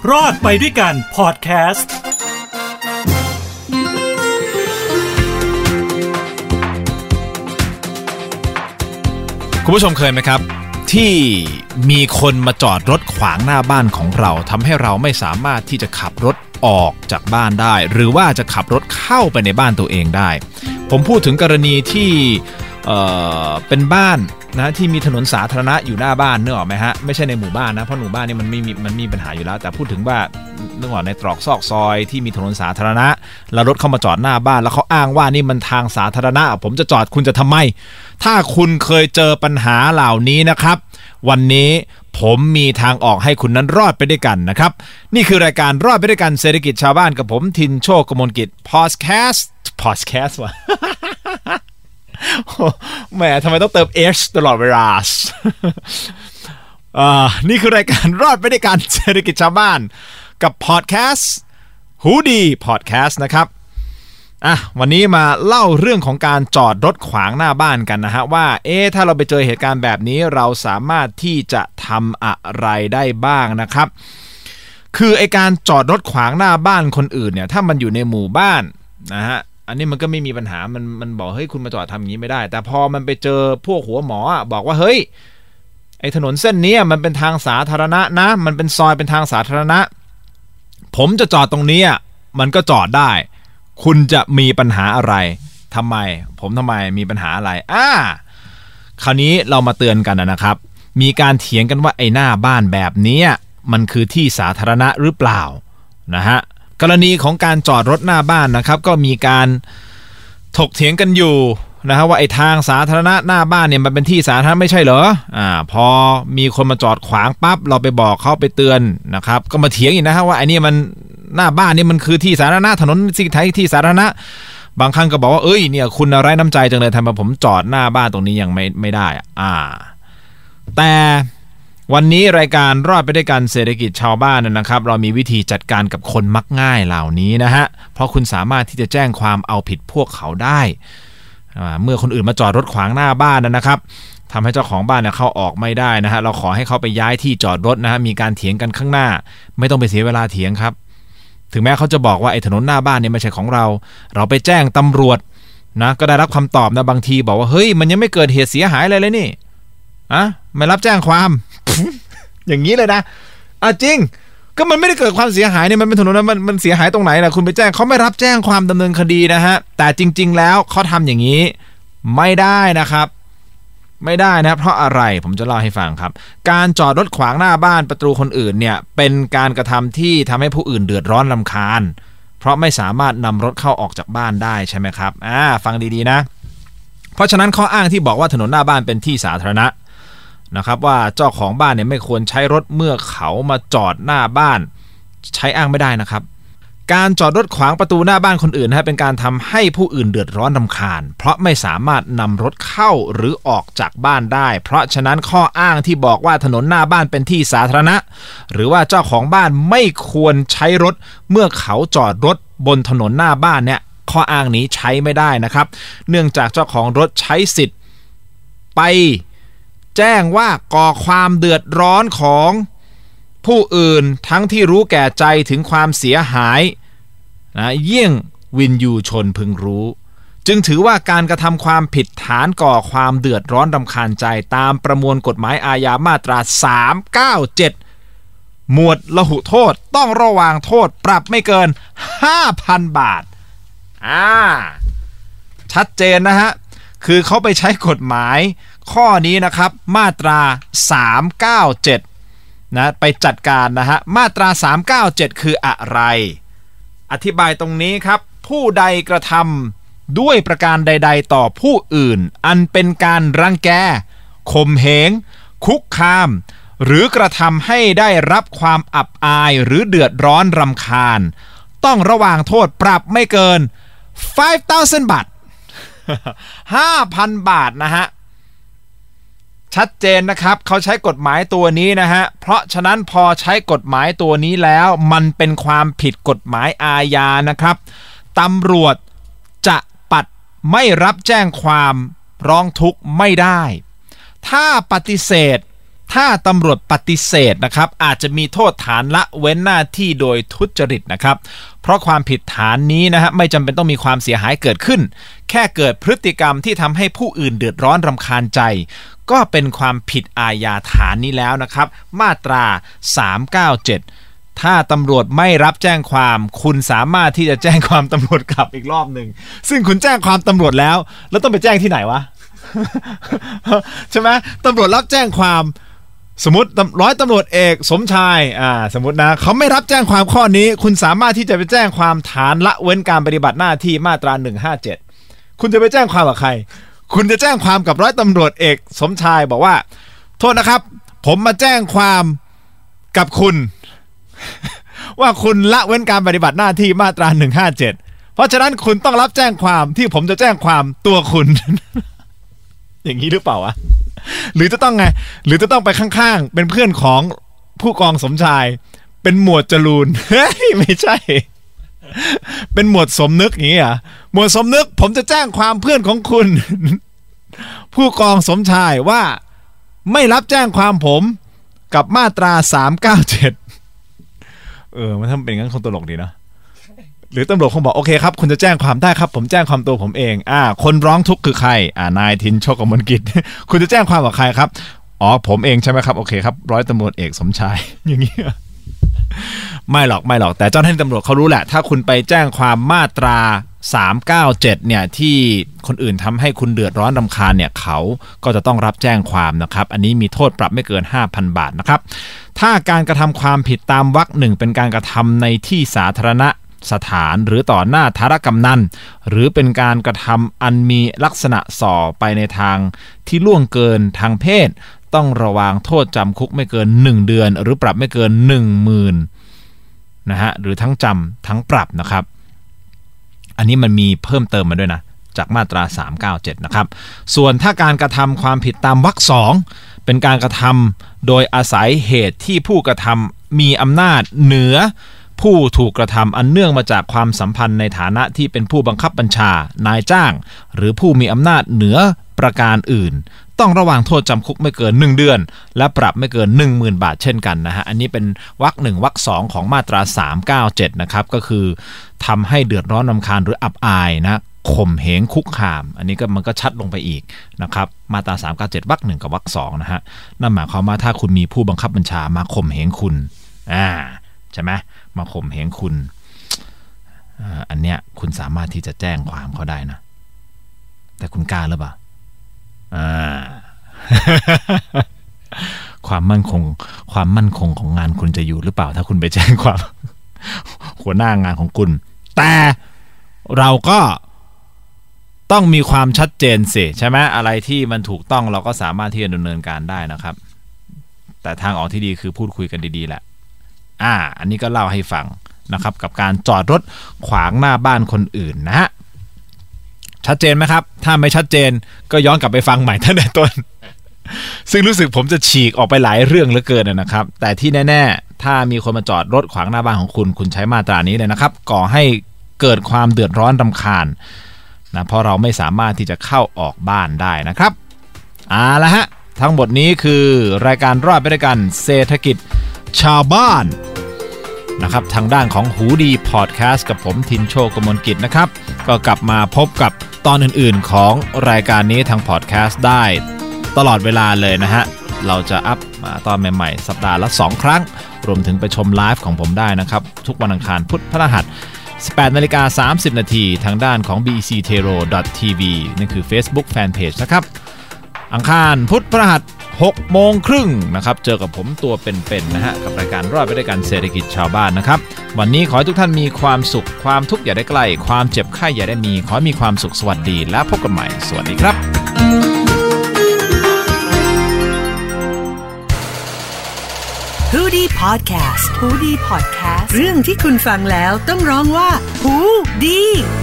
รอดไปด้วยกันพอดแคสต์คุณผู้ชมเคยไหมครับที่มีคนมาจอดรถขวางหน้าบ้านของเราทำให้เราไม่สามารถที่จะขับรถออกจากบ้านได้หรือว่าจะขับรถเข้าไปในบ้านตัวเองได้ผมพูดถึงกรณีที่เป็นบ้านนะที่มีถนนสาธารณะอยู่หน้าบ้านนึกออกไหมฮะไม่ใช่ในหมู่บ้านนะเพราะหมู่บ้านนี่มันมีปัญหาอยู่แล้วแต่พูดถึงว่านึกออกในตรอกซอกซอยที่มีถนนสาธารณะแล้วรถเข้ามาจอดหน้าบ้านแล้วเขาอ้างว่านี่มันทางสาธารณะผมจะจอดคุณจะทำไมถ้าคุณเคยเจอปัญหาเหล่านี้นะครับวันนี้ผมมีทางออกให้คุณนั้นรอดไปด้วยกันนะครับนี่คือรายการรอดไปด้วยกันเศรษฐกิจชาวบ้านกับผมทินโชค กมลกิจพอดแคสต์วะ แหมทำไมต้องเติม H ตลอดเวลา นี่คือรายการรอดไปด้วยกันเศรษฐกิจชาวบ้านกับพอดแคสต์หูดีพอดแคสต์นะครับวันนี้มาเล่าเรื่องของการจอดรถขวางหน้าบ้านกันนะฮะว่าถ้าเราไปเจอเหตุการณ์แบบนี้เราสามารถที่จะทำอะไรได้บ้างนะครับคือไอ้การจอดรถขวางหน้าบ้านคนอื่นเนี่ยถ้ามันอยู่ในหมู่บ้านนะฮะอันนี้มันก็ไม่มีปัญหามันบอกเฮ้ยคุณมาจอดทำอย่างนี้ไม่ได้แต่พอมันไปเจอพวกหัวหมอบอกว่าเฮ้ยไอ้ถนนเส้นนี้มันเป็นทางสาธารณะนะมันเป็นซอยเป็นทางสาธารณะผมจะจอดตรงนี้มันก็จอดได้คุณจะมีปัญหาอะไรทำไมมีปัญหาอะไรคราวนี้เรามาเตือนกันนะครับมีการเถียงกันว่าไอ้หน้าบ้านแบบนี้มันคือที่สาธารณะหรือเปล่านะฮะกรณีของการจอดรถหน้าบ้านนะครับก็มีการถกเถียงกันอยู่นะฮะว่าไอ้ทางสาธารณะหน้าบ้านเนี่ยมันเป็นที่สาธารณะไม่ใช่เหรอพอมีคนมาจอดขวางปั๊บเราไปบอกเขาไปเตือนนะครับก็มาเถียงอีกนะฮะว่าไอ้นี่มันหน้าบ้านนี่มันคือที่สาธารณะถนนที่สาธารณะบางครั้งก็บอกว่าเอ้ยเนี่ยคุณไร้น้ำใจจังเลยทำไมผมจอดหน้าบ้านตรงนี้ยังไม่ได้แต่วันนี้รายการรอดไปด้วยกันเศรษฐกิจชาวบ้านนะครับเรามีวิธีจัดการกับคนมักง่ายเหล่านี้นะฮะเพราะคุณสามารถที่จะแจ้งความเอาผิดพวกเขาได้เมื่อคนอื่นมาจอดรถขวางหน้าบ้านนะครับทำให้เจ้าของบ้านเนี่ยเข้าออกไม่ได้นะฮะเราขอให้เขาไปย้ายที่จอดรถนะฮะมีการเถียงกันข้างหน้าไม่ต้องไปเสียเวลาเถียงครับถึงแม้เขาจะบอกว่าไอ้ถนนหน้าบ้านเนี่ยไม่ใช่ของเราไปแจ้งตำรวจนะก็ได้รับคำตอบนะบางทีบอกว่าเฮ้ยมันยังไม่เกิดเหตุเสียหายอะไรเลยนี่ไม่รับแจ้งความ อย่างนี้เลยนะจริงก็มันไม่ได้เกิดความเสียหายเนี่ยมันเป็นถนนมันเสียหายตรงไหนล่ะคุณไปแจ้งเขาไม่รับแจ้งความดำเนินคดีนะฮะแต่จริงๆแล้วเขาทำอย่างนี้ไม่ได้นะครับไม่ได้นะเพราะอะไรผมจะเล่าให้ฟังครับการจอดรถขวางหน้าบ้านประตูคนอื่นเนี่ยเป็นการกระทำที่ทำให้ผู้อื่นเดือดร้อนรำคาญเพราะไม่สามารถนำรถเข้าออกจากบ้านได้ใช่ไหมครับฟังดีๆนะเพราะฉะนั้นข้ออ้างที่บอกว่าถนนหน้าบ้านเป็นที่สาธารณะนะครับว่าเจ้าของบ้านเนี่ยไม่ควรใช้รถเมื่อเขามาจอดหน้าบ้านใช้อ้างไม่ได้นะครับการจอดรถขวางประตูหน้าบ้านคนอื่นนะเป็นการทำให้ผู้อื่นเดือดร้อนรำคาญเพราะไม่สามารถนำรถเข้าหรือออกจากบ้านได้เพราะฉะนั้นข้ออ้างที่บอกว่าถนนหน้าบ้านเป็นที่สาธารณะหรือว่าเจ้าของบ้านไม่ควรใช้รถเมื่อเขาจอดรถบนถนนหน้าบ้านเนี่ยข้ออ้างนี้ใช้ไม่ได้นะครับเนื่องจากเจ้าของรถใช้สิทธิ์ไปแจ้งว่าก่อความเดือดร้อนของผู้อื่นทั้งที่รู้แก่ใจถึงความเสียหายนะเยี่ยงวินยูชนพึงรู้จึงถือว่าการกระทำความผิดฐานก่อความเดือดร้อนรำคาญใจตามประมวลกฎหมายอาญามาตรา397หมวดละหุโทษต้องระวางโทษปรับไม่เกิน 5,000 บาทชัดเจนนะฮะคือเขาไปใช้กฎหมายข้อนี้นะครับมาตรา397นะไปจัดการนะฮะมาตรา397คืออะไรอธิบายตรงนี้ครับผู้ใดกระทำด้วยประการใดๆต่อผู้อื่นอันเป็นการรังแกข่มเหงคุกคามหรือกระทำให้ได้รับความอับอายหรือเดือดร้อนรำคาญต้องระวางโทษปรับไม่เกิน 5,000 บาท 5,000 บาทนะฮะชัดเจนนะครับเขาใช้กฎหมายตัวนี้นะฮะเพราะฉะนั้นพอใช้กฎหมายตัวนี้แล้วมันเป็นความผิดกฎหมายอาญานะครับตำรวจจะปัดไม่รับแจ้งความร้องทุกข์ไม่ได้ถ้าปฏิเสธถ้าตำรวจปฏิเสธนะครับอาจจะมีโทษฐานละเว้นหน้าที่โดยทุจริตนะครับเพราะความผิดฐานนี้นะฮะไม่จำเป็นต้องมีความเสียหายเกิดขึ้นแค่เกิดพฤติกรรมที่ทำให้ผู้อื่นเดือดร้อนรำคาญใจก็เป็นความผิดอาญาฐานนี้แล้วนะครับมาตรา397ถ้าตำรวจไม่รับแจ้งความคุณสามารถที่จะแจ้งความตำรวจกลับอีกรอบหนึ่งซึ่งคุณแจ้งความตำรวจแล้วต้องไปแจ้งที่ไหนวะ ใช่ไหมตำรวจรับแจ้งความสมมติร้อยตำรวจเอกสมชายสมมตินะเขาไม่รับแจ้งความข้อนี้คุณสามารถที่จะไปแจ้งความฐานละเว้นการปฏิบัติหน้าที่มาตรา157คุณจะไปแจ้งความกับใครคุณจะแจ้งความกับร้อยตำรวจเอกสมชายบอกว่าโทษนะครับผมมาแจ้งความกับคุณ ว่าคุณละเว้นการปฏิบัติหน้าที่มาตรา157เพราะฉะนั้นคุณต้องรับแจ้งความที่ผมจะแจ้งความตัวคุณ อย่างนี้หรือเปล่าวะหรือจะต้องไงหรือจะต้องไปข้างๆเป็นเพื่อนของผู้กองสมชายเป็นหมวดจรูนเฮ้ยไม่ใช่เป็นหมวดสมนึกอย่างนี้อ่ะหมวดสมนึกผมจะแจ้งความเพื่อนของคุณ ผู้กองสมชายว่าไม่รับแจ้งความผมกับมาตรา397มันทำเป็นงั้นคงตลกดีนะหรือตำรวจคงบอกโอเคครับคุณจะแจ้งความได้ครับผมแจ้งความตัวผมเองคนร้องทุกข์คือใครนายทินโชคกมลกิจ คุณจะแจ้งความกับใครครับผมเองใช่ไหมครับโอเคครับร้อยตำรวจเอกสมชาย อย่างนี้ไม่หรอกแต่เจ้าหน้าที่ตำรวจเขารู้แหละถ้าคุณไปแจ้งความมาตรา397เนี่ยที่คนอื่นทำให้คุณเดือดร้อนรำคาญเนี่ยเขาก็จะต้องรับแจ้งความนะครับอันนี้มีโทษปรับไม่เกิน 5,000 บาทนะครับถ้าการกระทำความผิดตามวรรค1เป็นการกระทำในที่สาธารณะสถานหรือต่อหน้าธารกำนันหรือเป็นการกระทำอันมีลักษณะส่อไปในทางที่ล่วงเกินทางเพศต้องระวางโทษจำคุกไม่เกิน1เดือนหรือปรับไม่เกิน 10,000 นะฮะหรือทั้งจำทั้งปรับนะครับอันนี้มันมีเพิ่มเติมมาด้วยนะจากมาตรา397นะครับส่วนถ้าการกระทำความผิดตามวรรค2เป็นการกระทำโดยอาศัยเหตุที่ผู้กระทำมีอำนาจเหนือผู้ถูกกระทำอันเนื่องมาจากความสัมพันธ์ในฐานะที่เป็นผู้บังคับบัญชานายจ้างหรือผู้มีอำนาจเหนือประการอื่นต้องระวางโทษจำคุกไม่เกิน1เดือนและปรับไม่เกิน 10,000 บาทเช่นกันนะฮะอันนี้เป็นวรรค1วรรค2ของมาตรา397นะครับก็คือทำให้เดือดร้อนรำคาญหรืออับอายนะข่มเหงคุกคามอันนี้ก็มันก็ชัดลงไปอีกนะครับมาตรา397วรรค1กับวรรค2นะฮะนั่นหมายความว่าถ้าคุณมีผู้บังคับบัญชามาข่มเหงคุณใช่ไหมมาข่มเหงคุณอันเนี้ยคุณสามารถที่จะแจ้งความเขาได้นะแต่คุณกล้าหรือเปล่าความมั่นคงของงานคุณจะอยู่หรือเปล่าถ้าคุณไปแจ้งความ หัวหน้างานของคุณแต่เราก็ต้องมีความชัดเจนสิใช่ไหมอะไรที่มันถูกต้องเราก็สามารถที่จะดำเนินการได้นะครับแต่ทางออกที่ดีคือพูดคุยกันดีๆแหละอันนี้ก็เล่าให้ฟังนะครับกับการจอดรถขวางหน้าบ้านคนอื่นนะฮะชัดเจนไหมครับถ้าไม่ชัดเจนก็ย้อนกลับไปฟังใหม่ตั้งแต่ต้น ซึ่งรู้สึกผมจะฉีกออกไปหลายเรื่องเหลือเกินนะครับแต่ที่แน่ๆถ้ามีคนมาจอดรถขวางหน้าบ้านของคุณใช้มาตรานี้เลยนะครับก่อให้เกิดความเดือดร้อนรำคาญนะเพราะเราไม่สามารถที่จะเข้าออกบ้านได้นะครับละฮะทั้งหมดนี้คือรายการรอดไปด้วยกันเศรษฐกิจชาวบ้านนะครับทางด้านของหูดีพอดแคสต์กับผมทินโชคกมลกิจนะครับก็กลับมาพบกับตอนอื่นๆของรายการนี้ทางพอดแคสต์ได้ตลอดเวลาเลยนะฮะเราจะอัพตอนใหม่ๆสัปดาห์ละ2ครั้งรวมถึงไปชมไลฟ์ของผมได้นะครับทุกวันอังคารพุธพฤหัส 18:30 น.ทางด้านของ bctero.tv นั่นคือ Facebook Fanpage นะครับอังคารพุธพฤหัส18:30 น.นะครับเจอกับผมตัวเป็นๆนะฮะกับรายการรอดไปด้วยกันเศรษฐกิจชาวบ้านนะครับวันนี้ขอให้ทุกท่านมีความสุขความทุกข์อย่าได้ใกล้ความเจ็บไข้อย่าได้มีขอให้มีความสุขสวัสดีและพบกันใหม่สวัสดีครับฮูดี้พอดแคสต์ฮูดี้พอดแคสต์เรื่องที่คุณฟังแล้วต้องร้องว่าฮูดี้